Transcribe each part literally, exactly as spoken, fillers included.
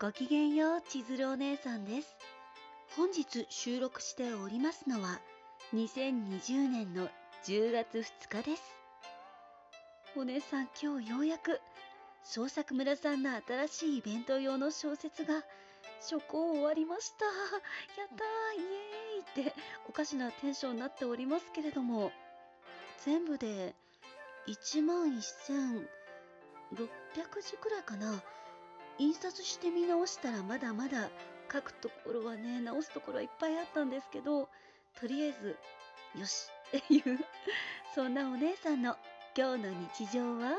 ごきげんよう、千鶴お姉さんです。本日収録しておりますのはにせんにじゅうねんのじゅうがつふつかです。お姉さん、今日ようやく創作村さんの新しいイベント用の小説が初稿終わりました。やったー、イエーイっておかしなテンションになっておりますけれども、全部でいちまんせんろっぴゃくじくらいかな。印刷して見直したらまだまだ書くところはね、直すところはいっぱいあったんですけど、とりあえずよしっていうそんなお姉さんの今日の日常は、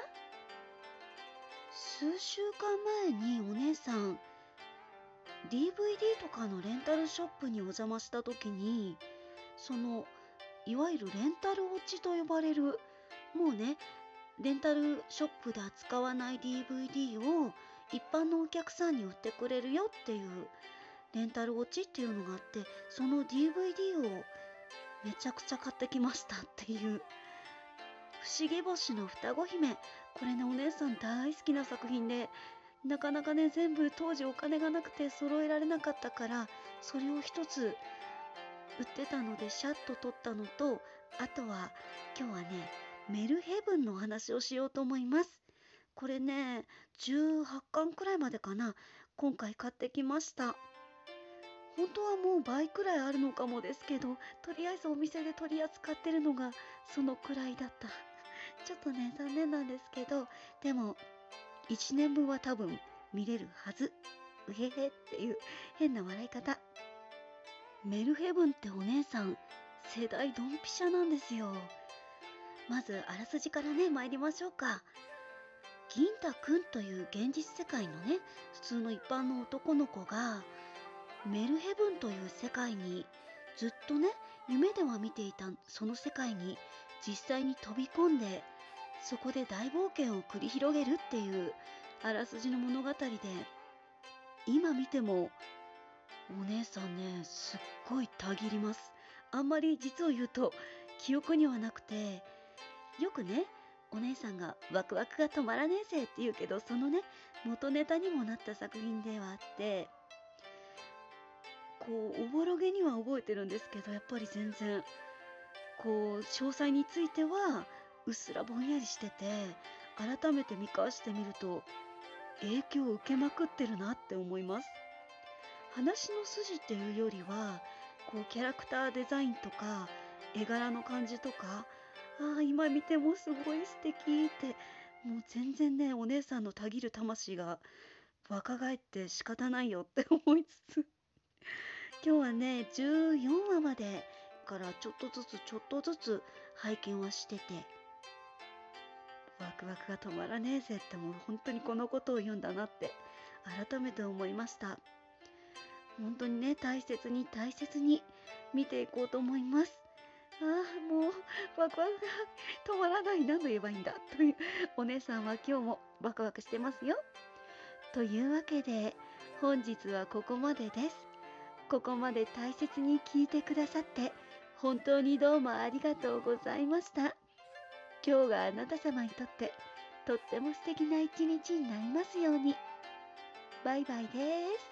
数週間前にお姉さん ディーブイディー とかのレンタルショップにお邪魔した時に、そのいわゆるレンタル落ちと呼ばれる、もうね、レンタルショップで扱わない ディーブイディー を一般のお客さんに売ってくれるよっていうレンタル落ちっていうのがあって、その ディーブイディー をめちゃくちゃ買ってきましたっていう、不思議星の双子姫。これね、お姉さん大好きな作品で、なかなかね、全部当時お金がなくて揃えられなかったから、それを一つ売ってたのでシャッと取ったのと、あとは今日はね、メルヘブンのお話をしようと思います。これね、じゅうはっかんくらいまでかな、今回買ってきました。本当はもう倍くらいあるのかもですけど、とりあえずお店で取り扱ってるのがそのくらいだった。ちょっとね、残念なんですけど、でもいちねんぶんは多分見れるはず。うへへっていう変な笑い方。メルヘブンってお姉さん、世代ドンピシャなんですよ。まずあらすじからね、参りましょうか。銀太くんという現実世界のね、普通の一般の男の子がメルヘブンという世界に、ずっとね、夢では見ていたその世界に実際に飛び込んで、そこで大冒険を繰り広げるっていうあらすじの物語で、今見てもお姉さんね、すっごいたぎります。あんまり実を言うと記憶にはなくて、よくね、お姉さんがワクワクが止まらねえぜって言うけど、そのね、元ネタにもなった作品ではあって、こうおぼろげには覚えてるんですけど、やっぱり全然こう詳細についてはうっすらぼんやりしてて、改めて見返してみると影響を受けまくってるなって思います。話の筋っていうよりは、こうキャラクターデザインとか絵柄の感じとか、ああ今見てもすごい素敵って、もう全然ね、お姉さんのたぎる魂が若返って仕方ないよって思いつつ、今日はね、じゅうよんわまでからちょっとずつちょっとずつ拝見はしてて、ワクワクが止まらねえぜって、もう本当にこのことを言うんだなって改めて思いました。本当にね、大切に大切に見ていこうと思います。ああ、もうワクワクが止まらない。何度言えばいいんだというお姉さんは今日もワクワクしてますよ。というわけで、本日はここまでです。ここまで大切に聞いてくださって本当にどうもありがとうございました。今日があなた様にとってとっても素敵な一日になりますように。バイバイです。